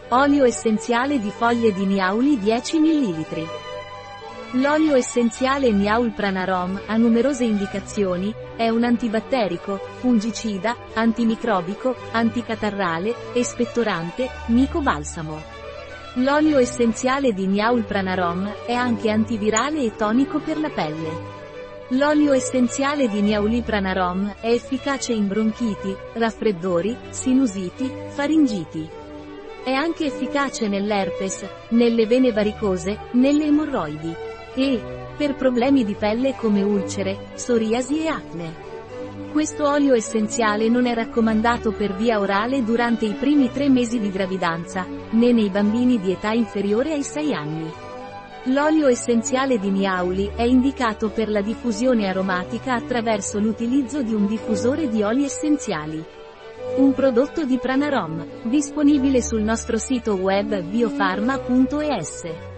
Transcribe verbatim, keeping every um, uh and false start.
Olio essenziale di foglie di Niauli dieci millilitri. L'olio essenziale Niaul Pranarom ha numerose indicazioni, è un antibatterico, fungicida, antimicrobico, anticatarrale, espettorante, micobalsamo. L'olio essenziale di Niaul Pranarom è anche antivirale e tonico per la pelle. L'olio essenziale di Niauli Pranarom è efficace in bronchiti, raffreddori, sinusiti, faringiti. È anche efficace nell'herpes, nelle vene varicose, nelle emorroidi. E per problemi di pelle come ulcere, psoriasi e acne. Questo olio essenziale non è raccomandato per via orale durante i primi tre mesi di gravidanza, né nei bambini di età inferiore ai sei anni. L'olio essenziale di Niauli è indicato per la diffusione aromatica attraverso l'utilizzo di un diffusore di oli essenziali. Un prodotto di Pranarom, disponibile sul nostro sito web biofarma punto es.